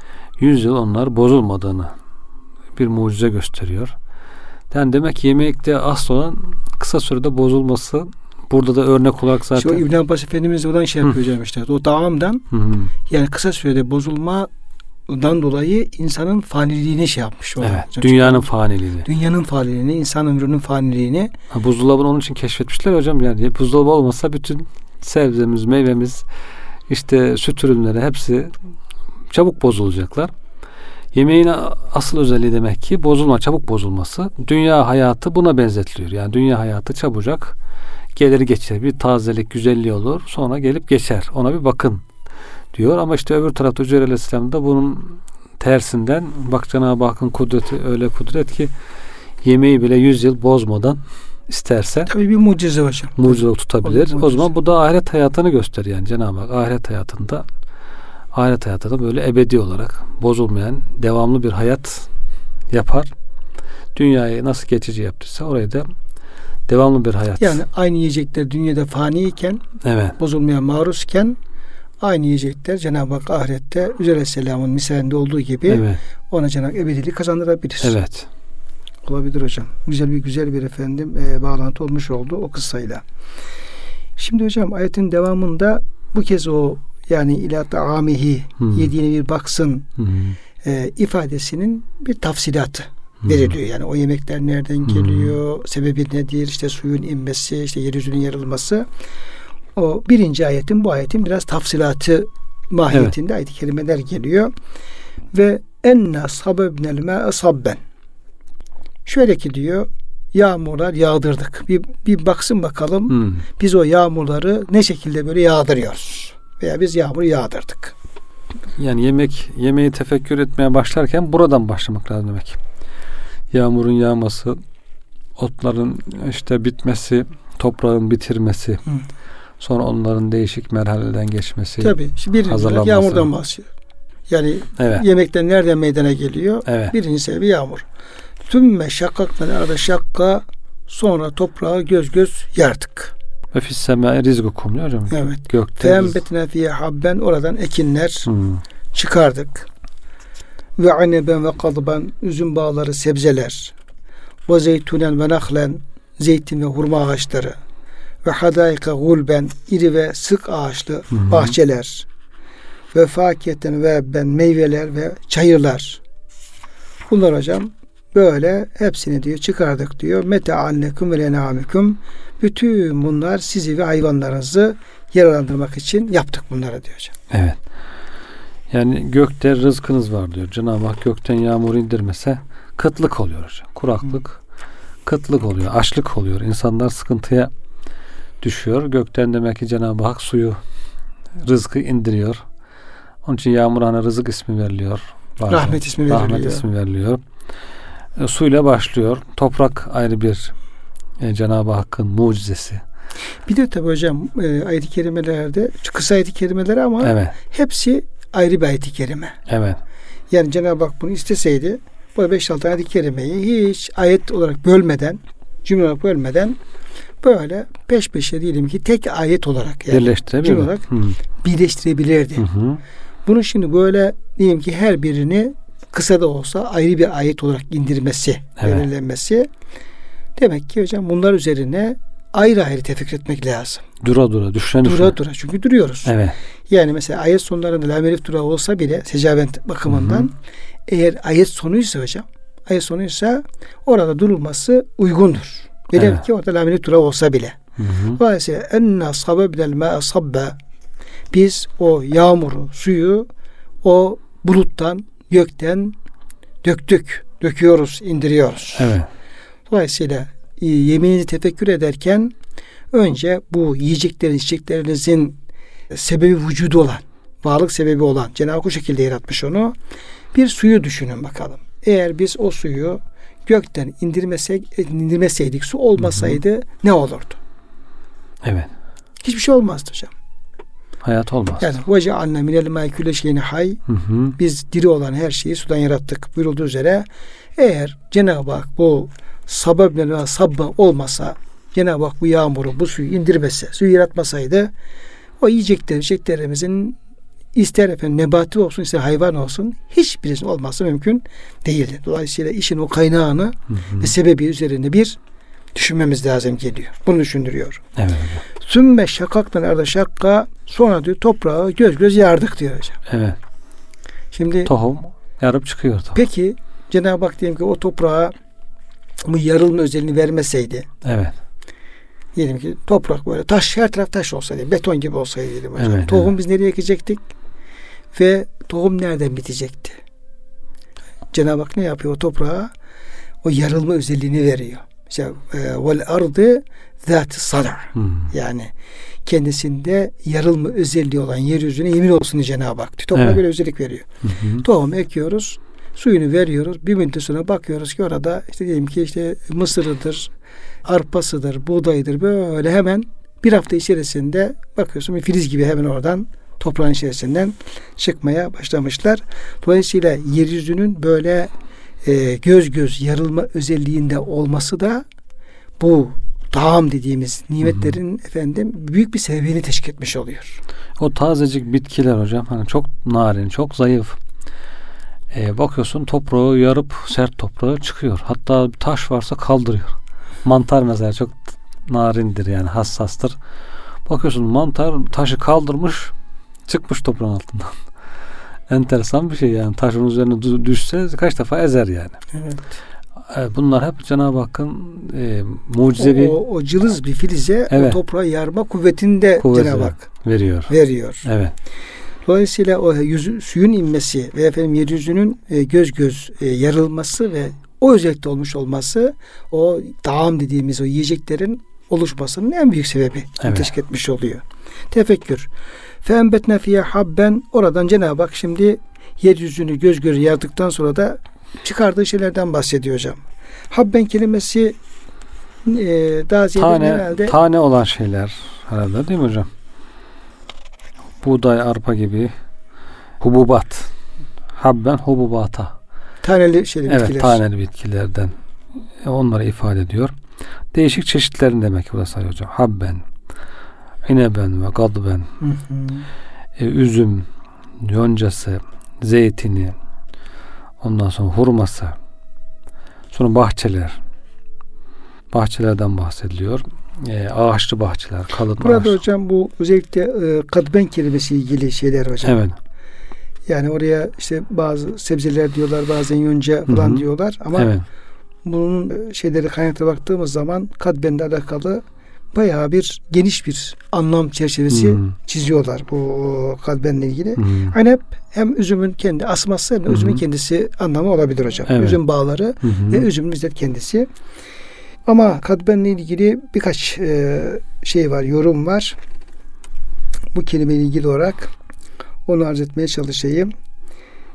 100 yıl onlar bozulmadığını bir mucize gösteriyor. Yani demek ki yemekte asıl olan kısa sürede bozulması. Burada da örnek olarak zaten. İşte İbn Abbas Efendimiz oradan yapıyor hocam işte. O taamdan yani kısa sürede bozulmadan dolayı insanın faniliğini yapmış. Evet. Hocam. Dünyanın faniliğini. Dünyanın faniliğini, insan ömrünün faniliğini. Buzdolabını onun için keşfetmişler hocam. Yani buzdolabı olmasa bütün sebzemiz, meyvemiz, işte süt ürünleri hepsi çabuk bozulacaklar. Yemeğin asıl özelliği demek ki çabuk bozulması. Dünya hayatı buna benzetiliyor. Yani dünya hayatı çabucak gelir geçer. Bir tazelik, güzelliği olur. Sonra gelip geçer. Ona bir bakın diyor. Ama işte öbür tarafta Üzeyr Aleyhisselam da bunun tersinden bak Cenab-ı Hakk'ın kudreti öyle kudret ki yemeği bile 100 yıl bozmadan isterse tabii bir mucize hocam. Mucize tutabilir. O zaman bu da ahiret hayatını gösteriyor. Yani Cenab-ı Hak ahiret hayatında böyle ebedi olarak bozulmayan devamlı bir hayat yapar. Dünyayı nasıl geçici yaptıysa orayı da devamlı bir hayat. Yani aynı yiyecekler dünyada faniyken bozulmaya maruzken aynı yiyecekler Cenab-ı Hak ahirette Üzeyr Aleyhisselam'ın misalinde olduğu gibi ona Cenab-ı Hak ebediliği kazandırabilir. Evet. Olabilir hocam. Güzel bir bağlantı olmuş oldu o kıssayla. Şimdi hocam ayetin devamında bu kez o yani ila ta'amihi yediğine bir baksın ifadesinin bir tafsilatı veriliyor. Yani o yemekler nereden geliyor, sebebi nedir, işte suyun inmesi, işte yeryüzünün yarılması. O birinci ayetin bu ayetin biraz tafsilatı mahiyetinde ayet-i kerimeler geliyor. Ve enna sabebnel mâ'e sabben. Şöyle ki diyor yağmurlar yağdırdık. Bir baksın bakalım biz o yağmurları ne şekilde böyle yağdırıyoruz. Veya biz yağmuru yağdırdık. Yani yemeği tefekkür etmeye başlarken buradan başlamak lazım demek. Yağmurun yağması, otların işte bitmesi, toprağın bitirmesi, sonra onların değişik merhaleden geçmesi. Tabii. Birinci yağmurdan bahsediyor. Yani yemekten nereden meydana geliyor? Birinci sebebi yağmur. Tümme şakkaktan arada şakka sonra toprağı göz yardık. Ve fisseme rizgukum diyor hocam. Evet. Gökte Fembetne fiye habben oradan ekinler çıkardık. Ve aneben ve kadban üzüm bağları, sebzeler. Ve zeytunen ve nahlen zeytin ve hurma ağaçları. Ve hadaika gulben iri ve sık ağaçlı bahçeler. Ve fakiyeten ve ben meyveler ve çayırlar. Bunlar hocam böyle hepsini diyor çıkardık diyor. Mete'annekum ve lenamikum. Bütün bunlar sizi ve hayvanlarınızı yararlandırmak için yaptık bunları diyor hocam. Evet. Yani gökte rızkınız var diyor. Cenab-ı Hak gökten yağmur indirmese kıtlık oluyor hocam. Kuraklık, kıtlık oluyor. Açlık oluyor. İnsanlar sıkıntıya düşüyor. Gökten demek ki Cenab-ı Hak suyu, rızkı indiriyor. Onun için yağmura rızık ismi veriliyor. bazen. Rahmet ismi veriliyor. Rahmet ismi veriliyor. Suyla başlıyor. Toprak ayrı bir Cenab-ı Hakk'ın mucizesi. Bir de tabi hocam ayet-i kerimelerde kısa ayet-i kerimeler ama evet. hepsi ayrı bir ayet-i kerime. Evet. Yani Cenab-ı Hak bunu isteseydi bu 5-6 ayet-i kerimeyi hiç ayet olarak bölmeden, cümle olarak bölmeden böyle peş peşe diyelim ki tek ayet olarak yani cümle olarak birleştirebilirdi. Bunu şimdi böyle diyelim ki her birini kısa da olsa ayrı bir ayet olarak indirmesi, belirlenmesi. Demek ki hocam bunlar üzerine ayrı ayrı tefekkür etmek lazım. Dura, düşüne. Dura. Çünkü duruyoruz. Evet. Yani mesela ayet sonlarında lam elif dura olsa bile secavent bakımından eğer ayet sonuysa orada durulması uygundur. Velev ki orada lam elif dura olsa bile. Dolayısıyla enna sabebnel ma'a sabba, biz o yağmuru, suyu o buluttan, gökten döküyoruz, indiriyoruz. Evet. Dolayısıyla yemeğinizi tefekkür ederken önce bu yiyeceklerin, içeceklerinizin sebebi vücudu olan, varlık sebebi olan, Cenab-ı Hak o şekilde yaratmış onu. Bir suyu düşünün bakalım. Eğer biz o suyu gökten indirmeseydik, su olmasaydı ne olurdu? Evet. Hiçbir şey olmazdı hocam. Hayat olmaz. Yani vece'alne minel mâ'i külle şeyin hay. Biz diri olan her şeyi sudan yarattık buyurulduğu üzere. Eğer Cenab-ı Hak bu sabba olmasa, Cenab-ı Hak bu yağmuru, bu suyu indirmese, suyu yaratmasaydı o yiyeceklerimizin ister nebati olsun ister hayvan olsun hiçbirisinin olması mümkün değildi. Dolayısıyla işin o kaynağını ve sebebi üzerinde bir düşünmemiz lazım geliyor. Bunu düşündürüyor. Evet. Sümme şakaktan arda şakka, sonra diyor toprağı göz yardık diyor hocam. Evet. Şimdi tohum yarıp çıkıyor. Peki Cenab-ı Hak diyelim ki o toprağa bu yarılma özelliğini vermeseydi. Evet. Diyelim ki toprak böyle taş, her taraf taş olsaydı, beton gibi olsaydı diyelim hocam. Evet, tohum biz nereye ekecektik? Ve tohum nereden bitecekti? Cenab-ı Hak ne yapıyor o toprağa? O yarılma özelliğini veriyor. İşte vel ardı zat-ı sada. Yani kendisinde yarılma özelliği olan yeryüzüne yemin olsun diye Cenab-ı Hak. Toprağa böyle özellik veriyor. Tohum ekiyoruz, suyunu veriyoruz. Bir müddet sonra bakıyoruz ki orada işte diyelim ki işte mısırıdır, arpasıdır, buğdayıdır, böyle hemen bir hafta içerisinde bakıyorsun bir filiz gibi hemen oradan toprağın içerisinden çıkmaya başlamışlar. Dolayısıyla yeryüzünün böyle göz yarılma özelliğinde olması da bu taham dediğimiz nimetlerin büyük bir sebebini teşkil etmiş oluyor. O tazecik bitkiler hocam hani çok narin, çok zayıf. Bakıyorsun toprağı yarıp sert toprağı çıkıyor. Hatta taş varsa kaldırıyor. Mantar mesela çok narindir yani hassastır. Bakıyorsun mantar taşı kaldırmış çıkmış toprağın altından. Enteresan bir şey yani. Taşın üzerine düşse kaç defa ezer yani. Evet. Bunlar hep Cenab-ı Hakk'ın mucizevi. O cılız bir filize o toprağı yarma kuvvetinde Cenab-ı Hak veriyor. Evet. Dolayısıyla o suyun inmesi ve yeryüzünün göz yarılması ve o özellikle olmuş olması o taham dediğimiz o yiyeceklerin oluşmasının en büyük sebebi teşkil etmiş oluyor. Tefekkür. Fembetne fiye habben, oradan Cenab-ı Hak şimdi yeryüzünü göz yardıktan sonra da çıkardığı şeylerden bahsediyor hocam. Habben kelimesi daha ziyade herhalde tane olan şeyler herhalde değil mi hocam? Buğday, arpa gibi hububat. Habben hububata. Taneli bitkiler. Evet, taneli bitkilerden. Onları ifade ediyor. Değişik çeşitlerin demek burası hocam. Habben, ineben ve gadben. Üzüm, yoncası, zeytini, ondan sonra hurması, sonra bahçelerden bahsediliyor. Ağaçlı bahçeler, kalın burada ağaçlı. Hocam bu özellikle kadben kelimesi ilgili şeyler hocam. Evet. Yani oraya işte bazı sebzeler diyorlar, bazen yonca falan diyorlar ama bunun şeyleri kaynaklara baktığımız zaman kadbenle alakalı bayağı bir geniş bir anlam çerçevesi çiziyorlar bu kadbenle ilgili. Hani hem üzümün kendi asması hem de üzümün kendisi anlamı olabilir hocam. Evet. Üzüm bağları ve üzümün bizzat kendisi. Ama kadbenle ilgili birkaç şey var, yorum var. Bu kelimeyle ilgili olarak onu arz etmeye çalışayım.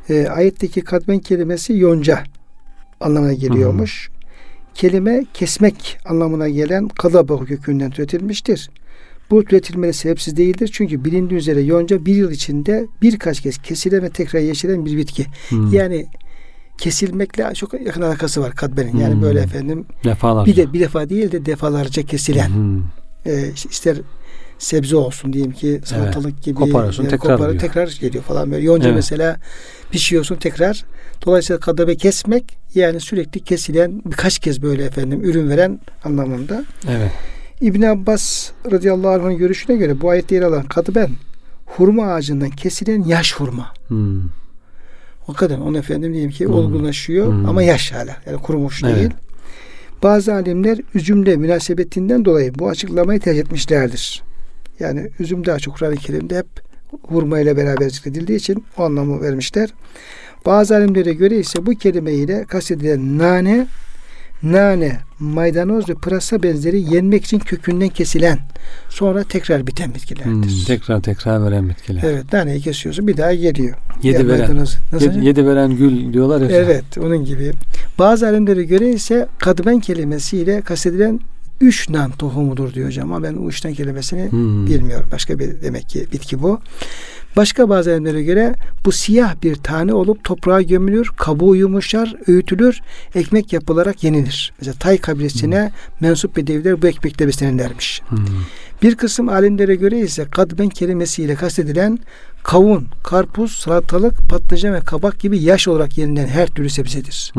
Ayetteki kadben kelimesi yonca anlamına geliyormuş. Kelime kesmek anlamına gelen kadabahu kökünden türetilmiştir. Bu türetilmenin sebepsiz değildir. Çünkü bilindiği üzere yonca bir yıl içinde birkaç kez kesilen ve tekrar yeşeren bir bitki. Yani kesilmekle çok yakın alakası var kadbenin. Yani böyle efendim defalarca. Bir defa değil de defalarca kesilen. İster sebze olsun diyelim ki salatalık gibi koparıyorsun tekrar geliyor falan böyle. Yonca mesela pişiyorsun tekrar. Dolayısıyla kadabe kesmek yani sürekli kesilen birkaç kez böyle efendim ürün veren anlamında. Evet. İbn Abbas radıyallahu anh'ın görüşüne göre bu ayette yer alan kadben hurma ağacından kesilen yaş hurma. O kadar onu efendim diyelim ki olgunlaşıyor ama yaş hala. Yani kurumuş değil. Bazı alimler üzümle münasebetinden dolayı bu açıklamayı tercih etmişlerdir. Yani üzüm daha çok Kur'an-ı Kerim'de hep hurma ile beraber zikredildiği için o anlamı vermişler. Bazı alimlere göre ise bu kelimeyle kastedilen nane, maydanoz ve pırasa benzeri yenmek için kökünden kesilen sonra tekrar biten bitkilerdir. Tekrar veren bitkiler. Evet, naneyi kesiyorsun bir daha geliyor. Yedi veren gül diyorlar ya. Evet, onun gibi. Bazı alimlere göre ise kadben kelimesiyle kastedilen 3 nan tohumudur diyor hocam. Ama ben o 3 nan kelimesini bilmiyorum. Başka bir demek ki bitki bu. Başka bazı alimlere göre bu siyah bir tane olup toprağa gömülür, kabuğu yumuşar, öğütülür, ekmek yapılarak yenilir. Mesela Tay kabilesine mensup bedeviler bu ekmekle beslenirlermiş. Bir kısım alimlere göre ise kadben kelimesiyle kastedilen kavun, karpuz, salatalık, patlıcan ve kabak gibi yaş olarak yenilen her türlü sebzedir.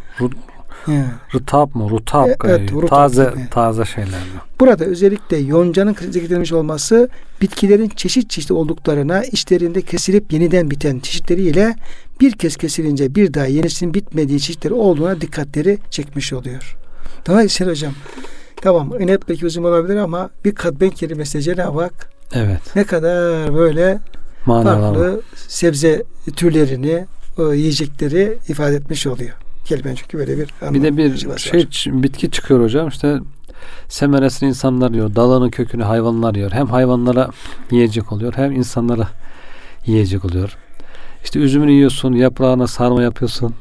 Rıtap mı? Rutap. Evet, taze şeyler mi? Burada özellikle yoncanın zikredilmiş olması bitkilerin çeşit çeşit olduklarına, içlerinde kesilip yeniden biten çeşitleriyle bir kez kesilince bir daha yenisinin bitmediği çeşitleri olduğuna dikkatleri çekmiş oluyor. Dolayısıyla hocam tamam inek belki uzun olabilir ama bir kadben kelimesi Cenab-ı Hak ne kadar böyle farklı sebze türlerini, yiyecekleri ifade etmiş oluyor. Kelimenin çünkü böyle bir de bir bitki çıkıyor hocam işte semeresini insanlar yiyor, dalını kökünü hayvanlar yiyor. Hem hayvanlara yiyecek oluyor hem insanlara yiyecek oluyor. İşte üzümünü yiyorsun, yaprağına sarma yapıyorsun.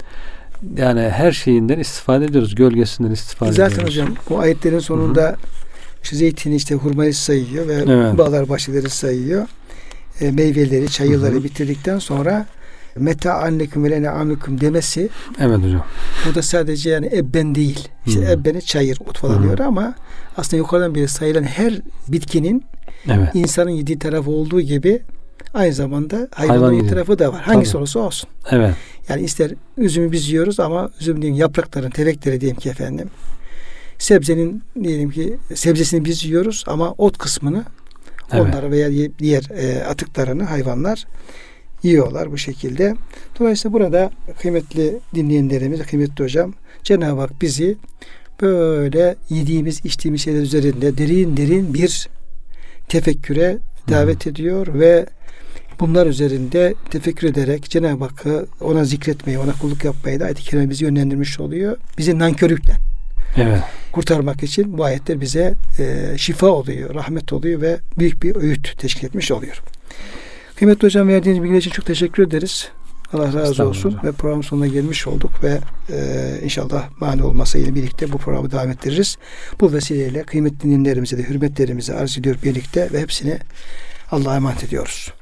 Yani her şeyinden istifade ediyoruz. Gölgesinden istifade ediyoruz. Zaten hocam bu ayetlerin sonunda işte zeytini işte hurmayı sayıyor ve bağlar bahçeleri sayıyor. Meyveleri, çayırları bitirdikten sonra meta annekum ve lene amlekum demesi. Evet hocam. Bu da sadece yani ebben değil. İşte ebbeni çayır, ot falan diyor ama aslında yukarıdan beri sayılan her bitkinin insanın yediği tarafı olduğu gibi aynı zamanda hayvanın yediği tarafı da var. Hangisi olursa olsun. Evet. Yani ister üzümü biz yiyoruz ama üzüm diyeyim yaprakların, tevekleri diyelim ki efendim. Sebzenin diyelim ki sebzesini biz yiyoruz ama ot kısmını onları veya diğer atıklarını hayvanlar yiyorlar bu şekilde. Dolayısıyla burada kıymetli dinleyenlerimiz, kıymetli hocam, Cenab-ı Hak bizi böyle yediğimiz, içtiğimiz şeyler üzerinde derin bir tefekküre davet ediyor ve bunlar üzerinde tefekkür ederek Cenab-ı Hakk'ı ona zikretmeyi, ona kulluk yapmayı da ayet-i kerime bizi yönlendirmiş oluyor. Bizi nankörlükten kurtarmak için bu ayetler bize şifa oluyor, rahmet oluyor ve büyük bir öğüt teşkil etmiş oluyor. Kıymetli hocam verdiğiniz bilgiler için çok teşekkür ederiz. Allah razı olsun ve programın sonuna gelmiş olduk ve inşallah mani olmasa yine birlikte bu programı devam ettiririz. Bu vesileyle kıymetli dinlerimize de hürmetlerimizi arz ediyor birlikte ve hepsini Allah'a emanet ediyoruz.